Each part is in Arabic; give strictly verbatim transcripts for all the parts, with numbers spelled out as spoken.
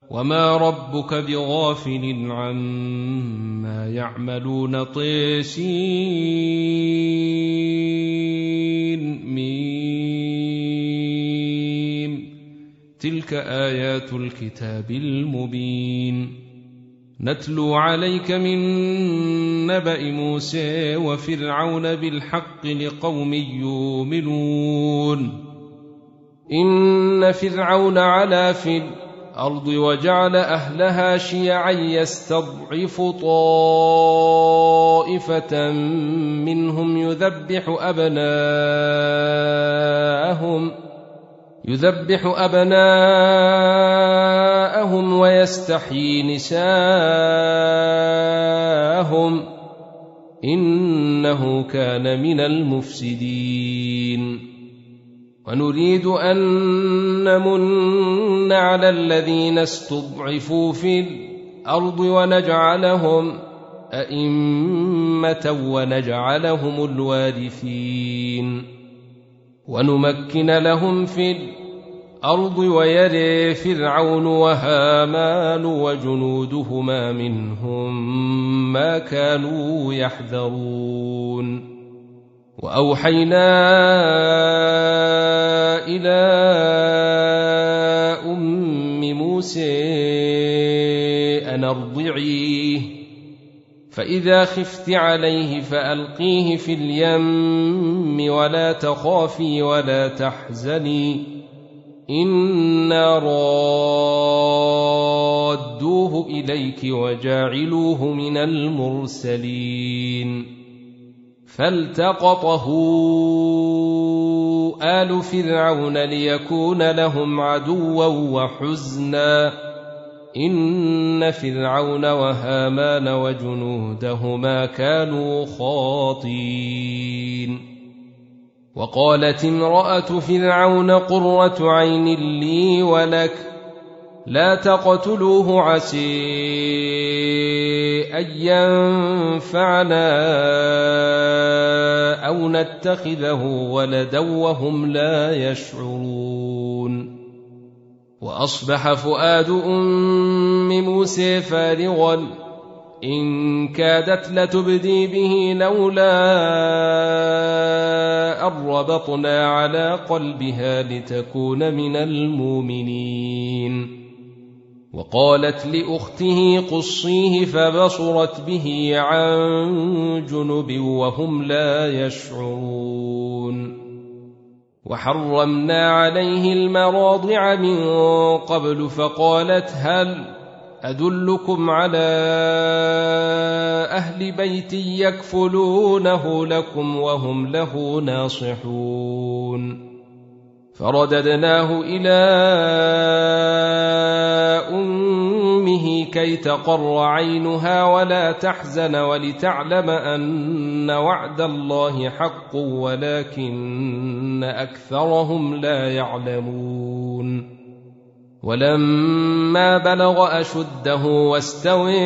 وما ربك بغافل عما يعملون. طسين ميم. تلك آيات الكتاب المبين. نتلو عليك من نبأ موسى وفرعون بالحق لقوم يؤمنون. إن فرعون علا في الأرض وجعل أهلها شيعا يستضعف طائفة منهم يذبح أبناءهم يذبح أبناءهم ويستحيي نساءهم إنه كان من المفسدين. ونريد أن نمن على الذين استضعفوا في الأرض ونجعلهم أئمة ونجعلهم الوارثين ونمكن لهم في الأرض ويري فرعون وهامان وجنودهما منهم ما كانوا يحذرون. وأوحينا إلى أم موسى أن أرضعيه فإذا خفت عليه فألقيه في اليم ولا تخافي ولا تحزني إنا رادوه إليك وجاعلوه من المرسلين. فالتقطه آل فرعون ليكون لهم عدوا وحزنا إن فرعون وهامان وجنودهما كانوا خاطئين. وقالت امرأة فرعون قرة عين لي ولك لا تقتلوه عسى أن ينفعنا أو نتخذه ولدا وهم لا يشعرون. وأصبح فؤاد أم موسى فارغا إن كادت لتبدي به لولا أن ربطنا على قلبها لتكون من المؤمنين. وقالت لأخته قصيه فبصرت به عن جنب وهم لا يشعرون. وحرمنا عليه المراضع من قبل فقالت هل أدلكم على أهل بيت يكفلونه لكم وهم له ناصحون. فرددناه إلى أمه كي تقر عينها ولا تحزن ولتعلم أن وعد الله حق ولكن أكثرهم لا يعلمون. ولما بلغ أشده واستوى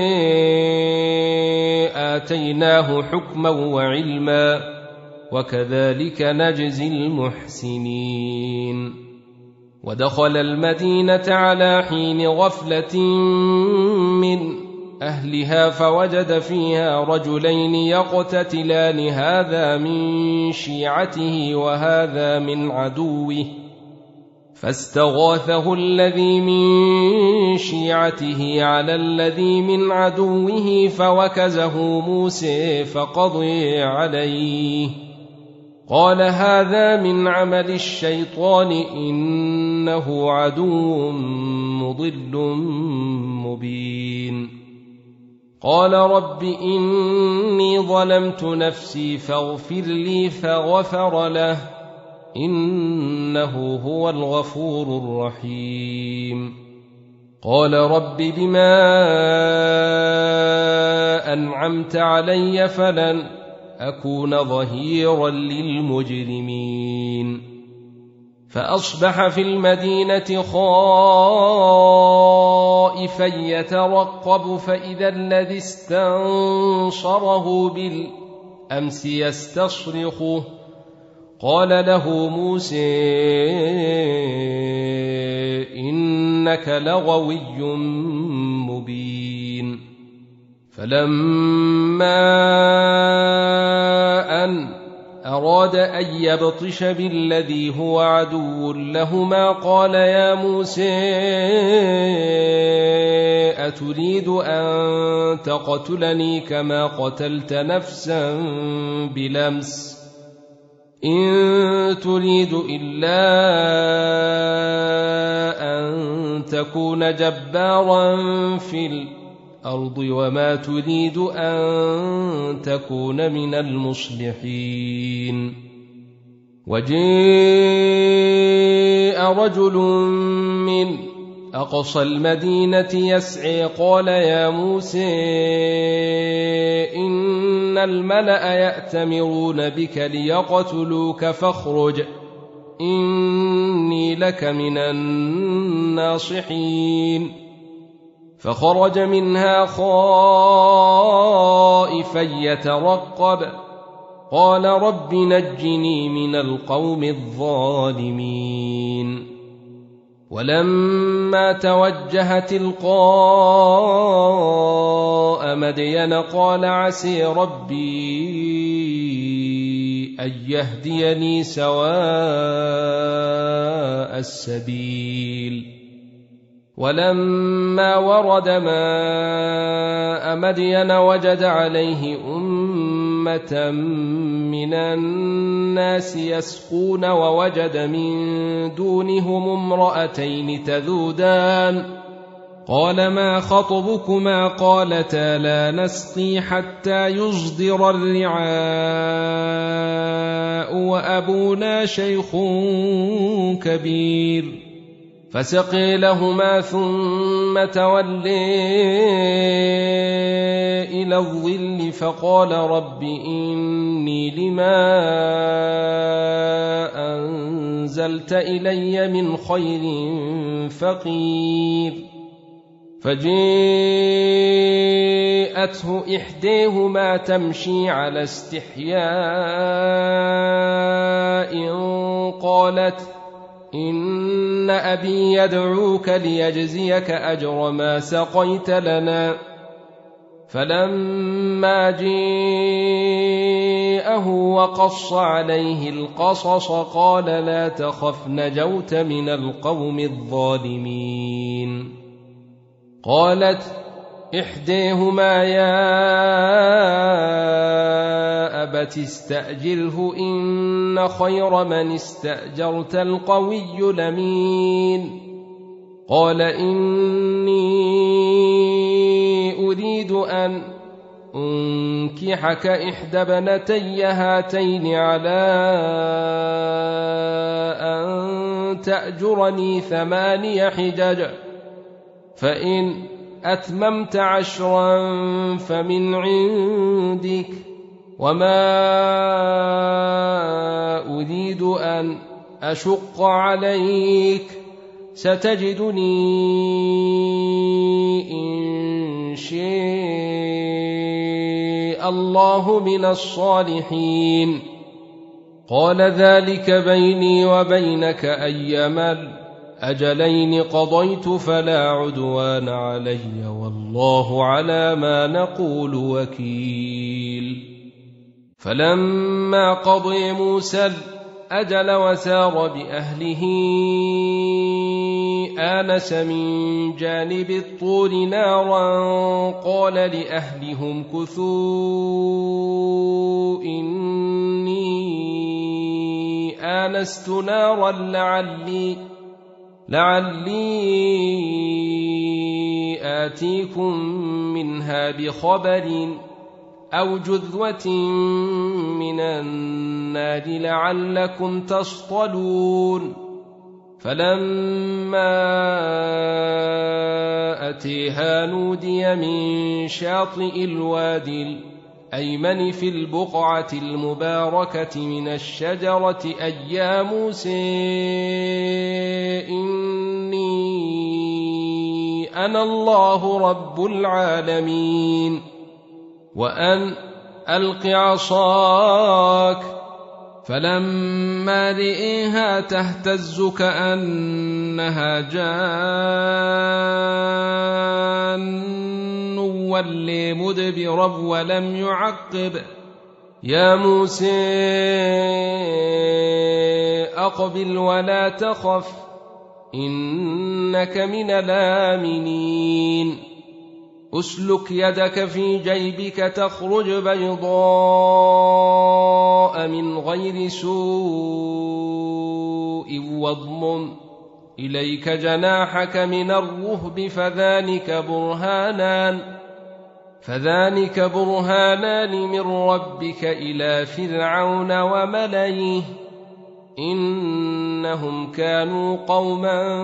آتيناه حكما وعلما وكذلك نجزي المحسنين. ودخل المدينة على حين غفلة من أهلها فوجد فيها رجلين يقتتلان هذا من شيعته وهذا من عدوه فاستغاثه الذي من شيعته على الذي من عدوه فوكزه موسى فقضي عليه قال هذا من عمل الشيطان إنه عدو مضل مبين. قال رب إني ظلمت نفسي فاغفر لي فغفر له إنه هو الغفور الرحيم. قال رب بما أنعمت علي فلن أكون ظهيرا للمجرمين. فأصبح في المدينة خائفا يترقب فإذا الذي استنصره بالأمس يستصرخه قال له موسى إن إنك لغوي مبين فلما أن أراد أن يبطش بالذي هو عدو لهما قال يا موسى أتريد أن تقتلني كما قتلت نفسا بلمس إن تريد إلا أن تكون جبارا في الأرض وما تريد أن تكون من المصلحين وجاء رجل من أقصى المدينة يسعي قال يا موسى إن الملأ يأتمرون بك ليقتلوك فاخرج إني لك من الناصحين فخرج منها خائفا يترقب قال رب نجني من القوم الظالمين ولما توجه تلقاء مدين قال عسى ربي أن يهديني سواء السبيل ولما ورد ماء مدين وجد عليه أمة من الناس يسقون ووجد من دونهم امرأتين تذودان قال ما خطبكما قالتا لا نسقي حتى يصدر الرعاء وأبونا شيخ كبير فسقي لهما ثم تولي إلى الظل فقال رب إني لما أنزلت إلي من خير فقير فجاءته إحداهما تمشي على استحياء قالت إن أبي يدعوك ليجزيك أجر ما سقيت لنا فلما جاءه وقص عليه القصص قال لا تخف نجوت من القوم الظالمين قالت إحداهما يا أبت استأجره إن خير من استأجرت القوي الأمين قال إني أريد أن أنكحك إحدى ابنتي هاتين على أن تأجرني ثماني حجج فإن أتممت عشرا فمن عندك وما أريد أن أشق عليك ستجدني إن شاء الله من الصالحين قال ذلك بيني وبينك أيما الأجلين قضيت فلا عدوان علي والله على ما نقول وكيل فلما قضي موسى الأجل وسار بأهله آنس من جانب الطور نارا قال لأهلهم كثوا إني آنست نارا لعلي لعلي آتيكم منها بخبر أو جذوة من النار لعلكم تصطلون فلما أتيها نودي من شاطئ الوادي الأيمن في البقعة المباركة من الشجرة أي يا موسى إني أنا الله رب العالمين وأن ألق عصاك فلما رئيها تهتز كأن إنها جان ولي مدبرا ولم يعقب يا موسى أقبل ولا تخف إنك من الآمنين أسلك يدك في جيبك تخرج بيضاء من غير سوء واضمم إليك جناحك من الرهب فذلك برهانان فذلك برهانان من ربك إلى فرعون وملئه إنهم كانوا قوما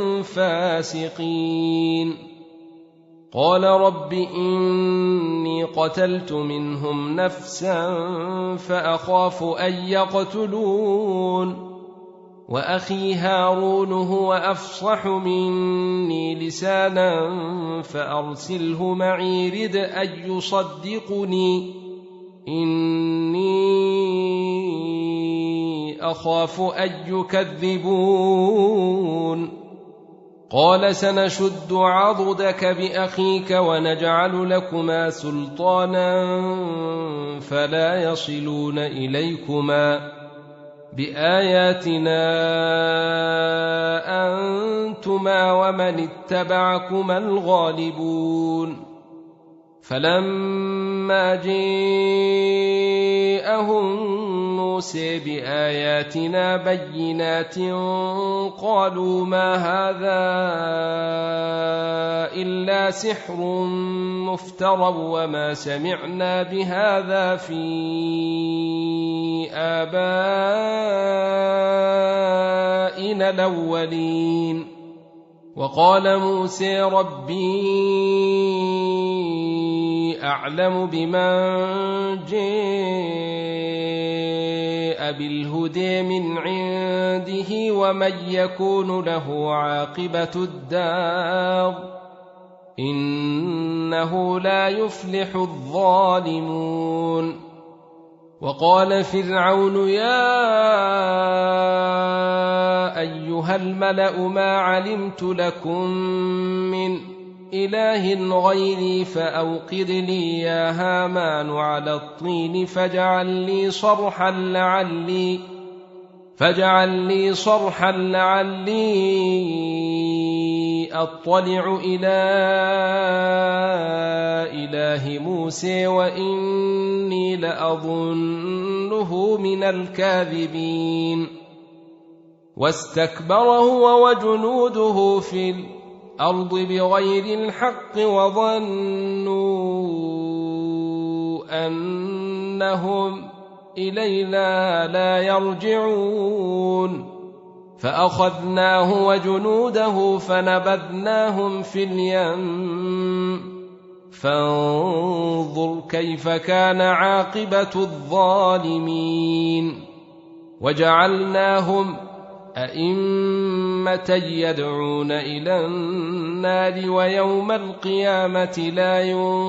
فاسقين قال رب إني قتلت منهم نفسا فأخاف أن يقتلون وأخي هارون هو أفصح مني لسانا فأرسله معي رد أن يصدقني إني أخاف أن يكذبون قال سنشد عضدك بأخيك ونجعل لكما سلطانا فلا يصلون إليكما بآياتنا أنتما ومن اتبعكما الغالبون فلما جاءهم موسى بآياتنا بينات قالوا ما هذا إلا سحر مفترى وما سمعنا بهذا في آبائنا الأولين وقال موسى ربي أعلم بمن جاء بالهدى من عنده ومن يكون له عاقبة الدار إنه لا يفلح الظالمون وقال فرعون يا أيها الملأ ما علمت لكم من إله غيري فأوقد لي يا هامان على الطين فاجعل لي صرحا لعلي فاجعل لي صرحا لعلي أطلع إلى إله موسى وإني لأظنه من الكاذبين واستكبر هو وجنوده في الأرض بغير الحق وظنوا أنهم إلينا لا يرجعون فأخذناه وجنوده فنبذناهم في اليم فانظر كيف كان عاقبة الظالمين وجعلناهم أئمة يدعون إلى النار ويوم القيامة لا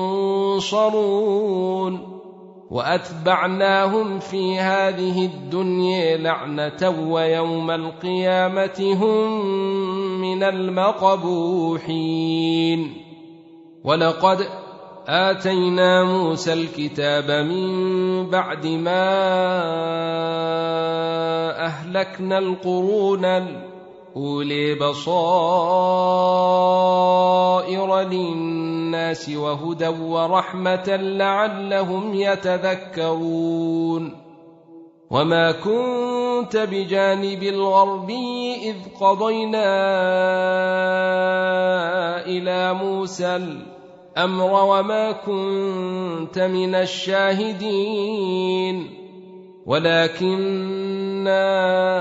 ينصرون وأتبعناهم في هذه الدنيا لعنة ويوم القيامة هم من المقبوحين ولقد آتينا موسى الكتاب من بعد ما أهلكنا القرون الأولي بصائر للناس وهدى ورحمة لعلهم يتذكرون وما كنت بجانب الغربي إذ قضينا إلى موسى الأمر وما كنت من الشاهدين ولكننا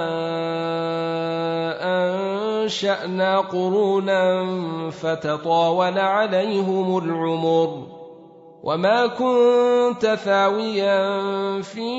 أنشأنا قرونا فتطاول عليهم العمر وما كنت ثاويا في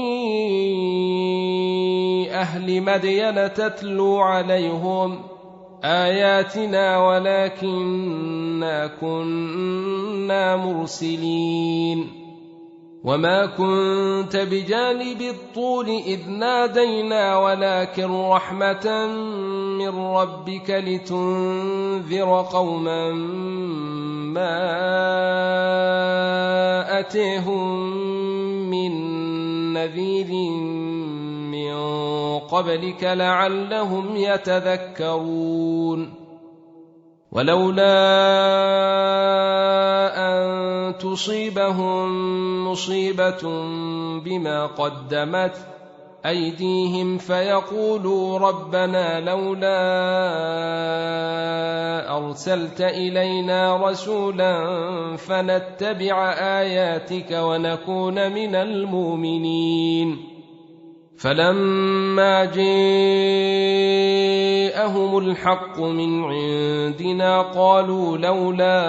أهل مدين تتلو عليهم آياتنا ولكننا كنا مرسلين وما كنت بجانب الطور إذ نادينا ولكن رحمة من ربك لتنذر قوما ما أتيهم من نذير من قبلك لعلهم يتذكرون ولولا أن تصيبهم مصيبة بما قدمت أيديهم فيقولوا ربنا لولا أرسلت إلينا رسولا فنتبع آياتك ونكون من المؤمنين فلما جاءهم الحق من عندنا قالوا لولا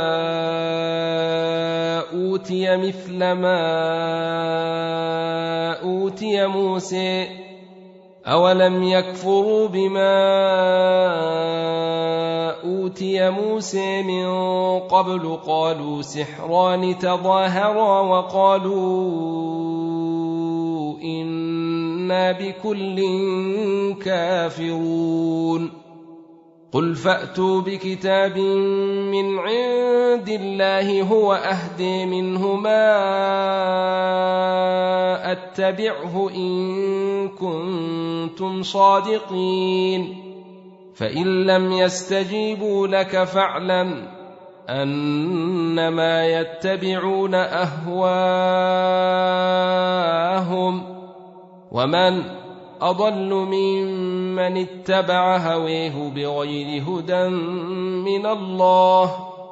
أوتي مثل ما أوتي موسى أولم يكفروا بما أوتي موسى من قبل قالوا سحران تظاهرا وقالوا إنا بكل كافرون قل فأتوا بكتاب من عند الله هو أهدي منه ما أتبعه إن كنتم صادقين فإن لم يستجيبوا لك فاعلم أنما يتبعون أهواءهم ومن أضل ممن اتبع هويه بغير هدى من الله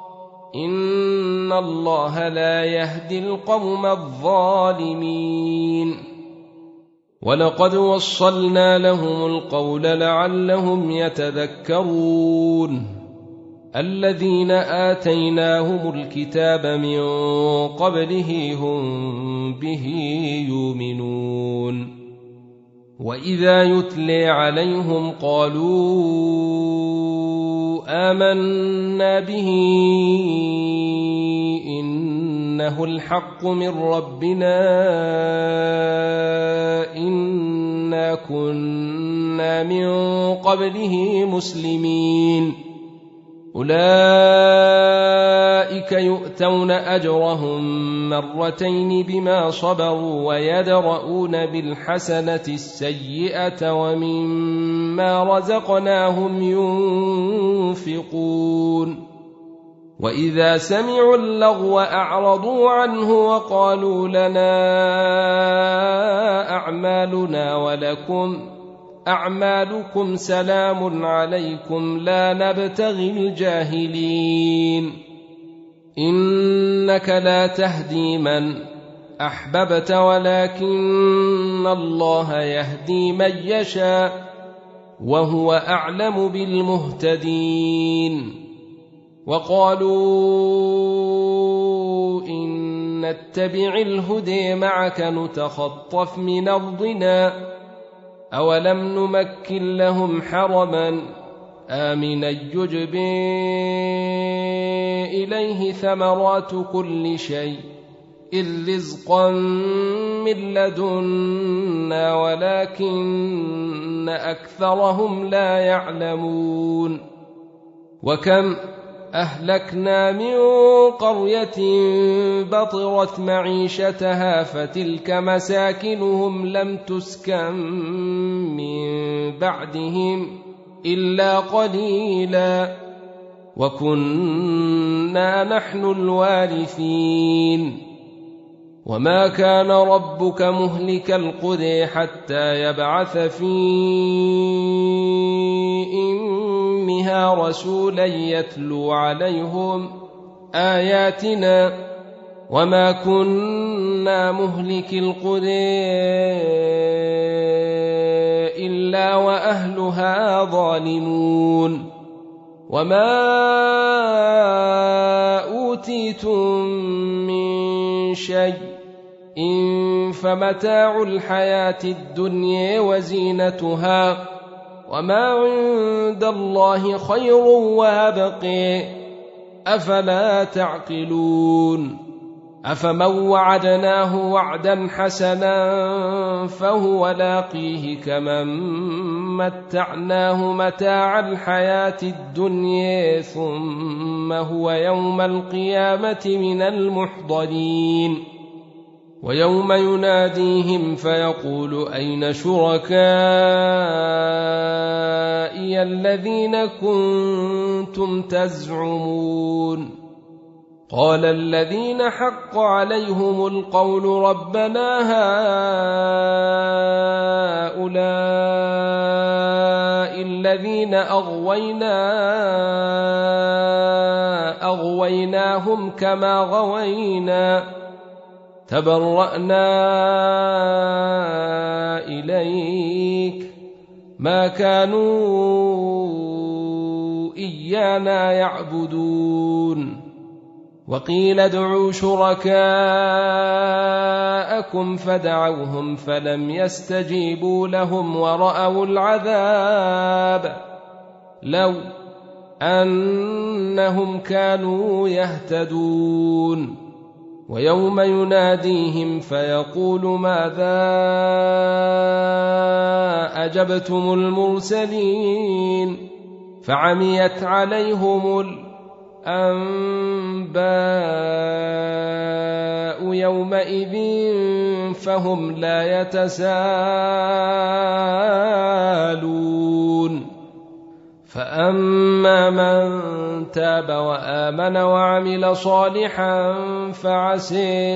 إن الله لا يهدي القوم الظالمين ولقد وصلنا لهم القول لعلهم يتذكرون الذين آتيناهم الكتاب من قبله هم به يؤمنون وإذا يتلي عليهم قالوا آمنا به إنه الحق من ربنا إنا كنا من قبله مسلمين أولئك يؤتون أجرهم مرتين بما صبروا ويدرؤون بالحسنة السيئة ومما رزقناهم ينفقون وإذا سمعوا اللغو أعرضوا عنه وقالوا لنا أعمالنا ولكم أعمالكم سلام عليكم لا نبتغي الجاهلين إنك لا تهدي من أحببت ولكن الله يهدي من يشاء وهو أعلم بالمهتدين وقالوا إن نتبع الهدى معك نتخطف من أرضنا أولم نمكن لهم حرما آمنا يجبى إليه ثمرات كل شيء إذ رزقا من لدنا ولكن أكثرهم لا يعلمون وكم أهلكنا من قرية بطرت معيشتها فتلك مساكنهم لم تسكن من بعدهم إلا قليلا وكنا نحن الوارثين وما كان ربك مهلك القرى حتى يبعث في أمها رسولا يتلو عليهم آياتنا وما كنا مهلك القرى إلا وأهلها ظالمون وما أوتيتم من شيء إن فمتاع الحياة الدنيا وزينتها وما عند الله خير وأبقى أفلا تعقلون أفمن وعدناه وعدا حسنا فهو لاقيه كمن متعناه متاع الحياة الدنيا ثم هو يوم القيامة من المحضرين ويوم يناديهم فيقول أين شركائي الذين كنتم تزعمون قال الذين حق عليهم القول ربنا هؤلاء الذين أغوينا أغويناهم كما غوينا تبرأنا إليك ما كانوا إيانا يعبدون وقيل ادعوا شركاءكم فدعوهم فلم يستجيبوا لهم ورأوا العذاب لو أنهم كانوا يهتدون ويوم يناديهم فيقول ماذا أجبتم المرسلين فعميت عليهم الأنباء يومئذ فهم لا يتساءلون فأما من تاب وآمن وعمل صالحا فعسى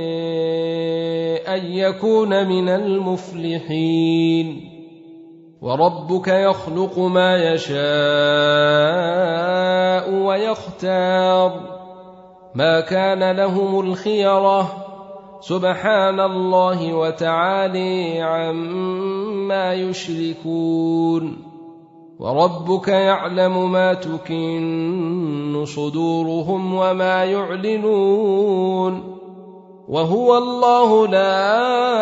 أن يكون من المفلحين وربك يخلق ما يشاء ويختار ما كان لهم الخيرة سبحان الله وتعالى عما يشركون وربك يعلم ما تكن صدورهم وما يعلنون وهو الله لا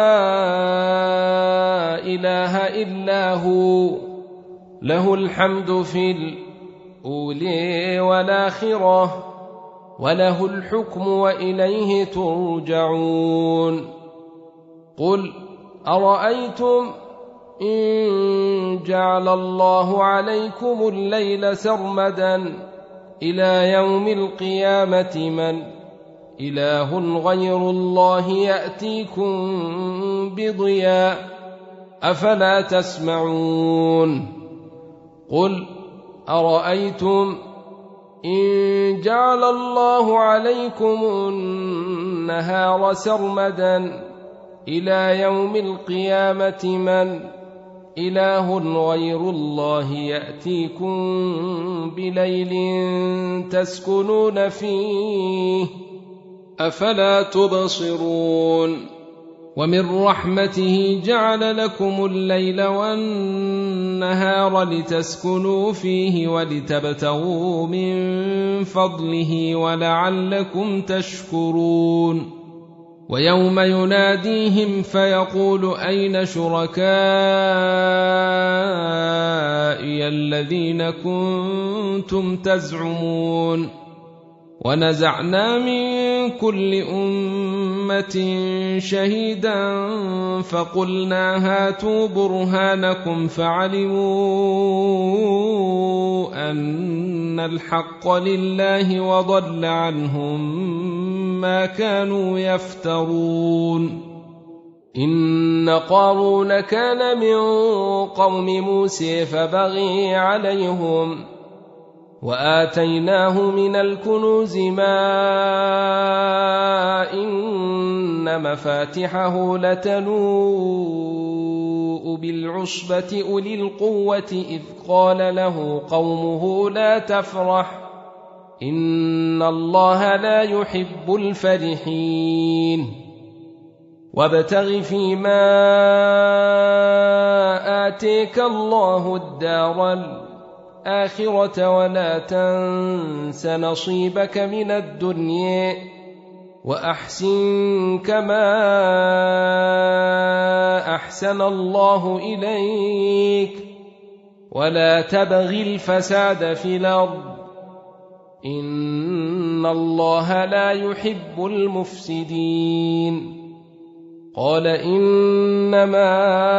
إله إلا هو له الحمد في الأولى والآخرة وله الحكم وإليه ترجعون قل أرأيتم إن جعل الله عليكم الليل سرمدا إلى يوم القيامة من إله غير الله يأتيكم بضياء أفلا تسمعون قل أرأيتم إن جعل الله عليكم النهار سرمدا إلى يوم القيامة من إله غير الله يأتيكم بليل تسكنون فيه أفلا تبصرون ومن رحمته جعل لكم الليل والنهار لتسكنوا فيه ولتبتغوا من فضله ولعلكم تشكرون ويوم يناديهم فيقول أين شركائي الذين كنتم تزعمون ونزعنا من كل أمة شهيدا فقلنا هاتوا برهانكم فعلموا أن الحق لله وضل عنهم ما كانوا يفترون إن قارون كان من قوم موسى فبغي عليهم وآتيناه من الكنوز ما إن مفاتحه لتنوء بالعصبة أولي القوة إذ قال له قومه لا تفرح إن الله لا يحب الفرحين وابتغ فيما آتيك الله الدار الآخرة ولا تنس نصيبك من الدنيا وأحسن كما أحسن الله إليك ولا تبغ الفساد في الأرض إن الله لا يحب المفسدين. قال إنما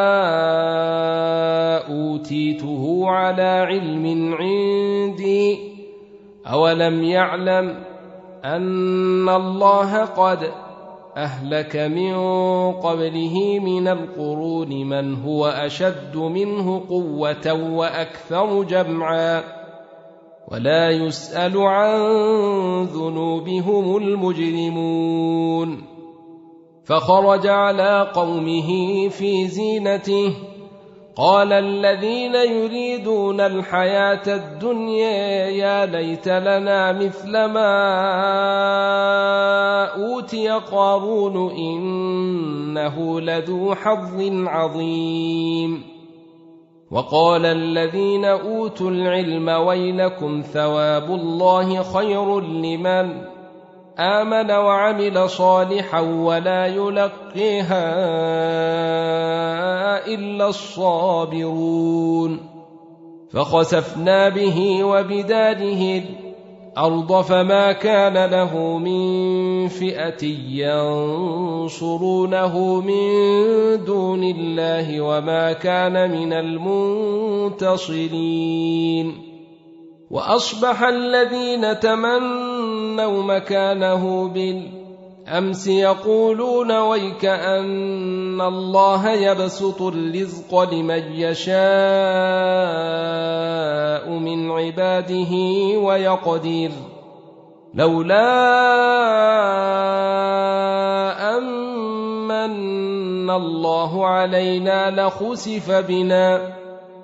أوتيته على علم عندي أولم يعلم أن الله قد أهلك من قبله من القرون من هو أشد منه قوة وأكثر جمعا ولا يسأل عن ذنوبهم المجرمون. فخرج على قومه في زينته قال الذين يريدون الحياة الدنيا يا ليت لنا مثل ما أوتي قارون إنه لذو حظ عظيم. وقال الذين أوتوا العلم ويلكم ثواب الله خير لمن آمن وعمل صالحا ولا يلقيها إلا الصابرون. فخسفنا به وبداره الأرض فما كان له من فئة ينصرونه من دون الله وما كان من المنتصرين. وأصبح الذين تمنوا مكانه بالأمس يقولون ويك أن الله يبسط الرزق لمن يشاء من عباده ويقدر لولا أمن الله علينا لخسف بنا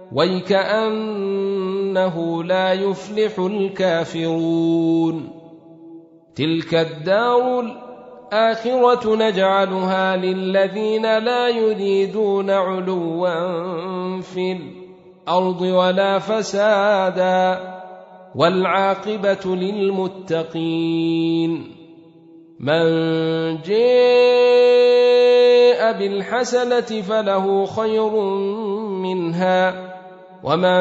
ويكأنه لا يفلح الكافرون. تلك الدار الآخرة نجعلها للذين لا يريدون علوا في الأرض ولا فسادا والعاقبة للمتقين. من جاء بالحسنة فله خير منها ومن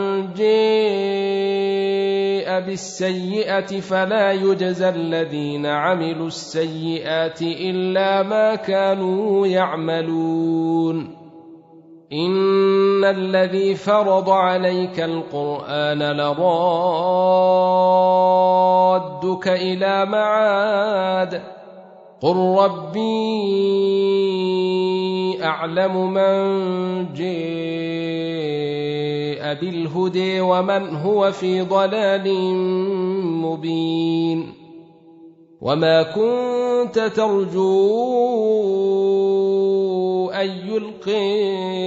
جاء بالسيئة فلا يجزى الذين عملوا السيئات إلا ما كانوا يعملون. إن الذي فرض عليك القرآن لرادك إلى معاد قل ربي أعلم من جاء بالهدى ومن هو في ضلال مبين. وما كنت ترجو أن يلقي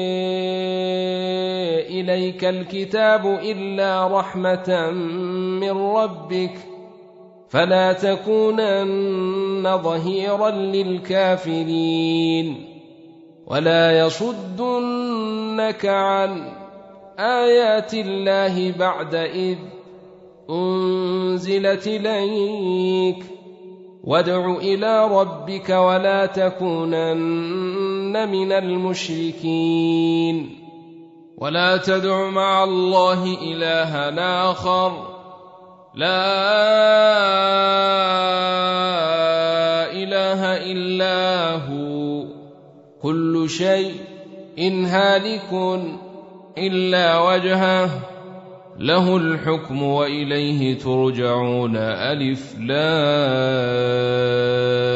إليك الكتاب إلا رحمة من ربك فلا تكونن ظهيرا للكافرين. ولا يصدنك عن آيات الله بعد إذ أنزلت إليك وادع إلى ربك ولا تكونن من المشركين. ولا تدع مع الله إلها آخر لا إله إلا هو كل شيء هالك إلا وجهه له الحكم وإليه ترجعون. ألف لام